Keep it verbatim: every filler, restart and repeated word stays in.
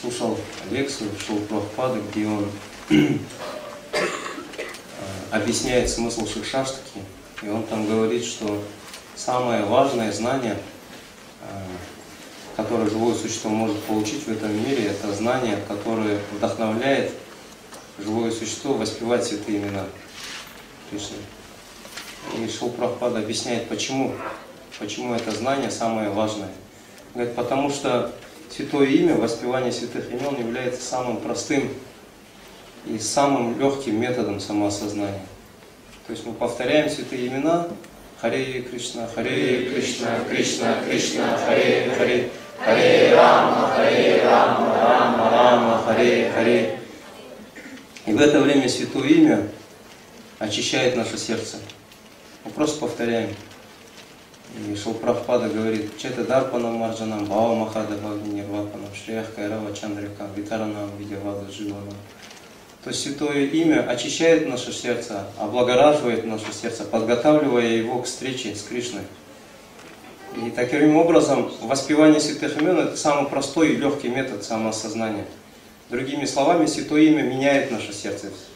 слушал лекцию Шрилы Прабхупады, где он объясняет смысл Шикшаштаки, и он там говорит, что самое важное знание, которое живое существо может получить в этом мире, это знание, которое вдохновляет живое существо воспевать святые имена Кришны. И Шрила Прабхупада объясняет, почему, почему это знание самое важное. Говорит, потому что святое имя, воспевание святых имен является самым простым и самым легким методом самоосознания. То есть мы повторяем святые имена: Харе Кришна, Харе Кришна, Кришна Кришна, Харе Харе, Харе Рама, Харе Рама, Рама Рама, Харе Харе. И в это время святое имя очищает наше сердце. Мы просто повторяем. И Шрила Прабхупада говорит: Чета Дарпанам Марджанам, Бхава Махада Бхагни Нирвапанам, Шриях Кайрава Чандрикам, Витаранам, Видявада Живанам. То есть святое имя очищает наше сердце, облагораживает наше сердце, подготавливая его к встрече с Кришной. И таким образом воспевание святых имен — это самый простой и легкий метод самоосознания. Другими словами, святое имя меняет наше сердце.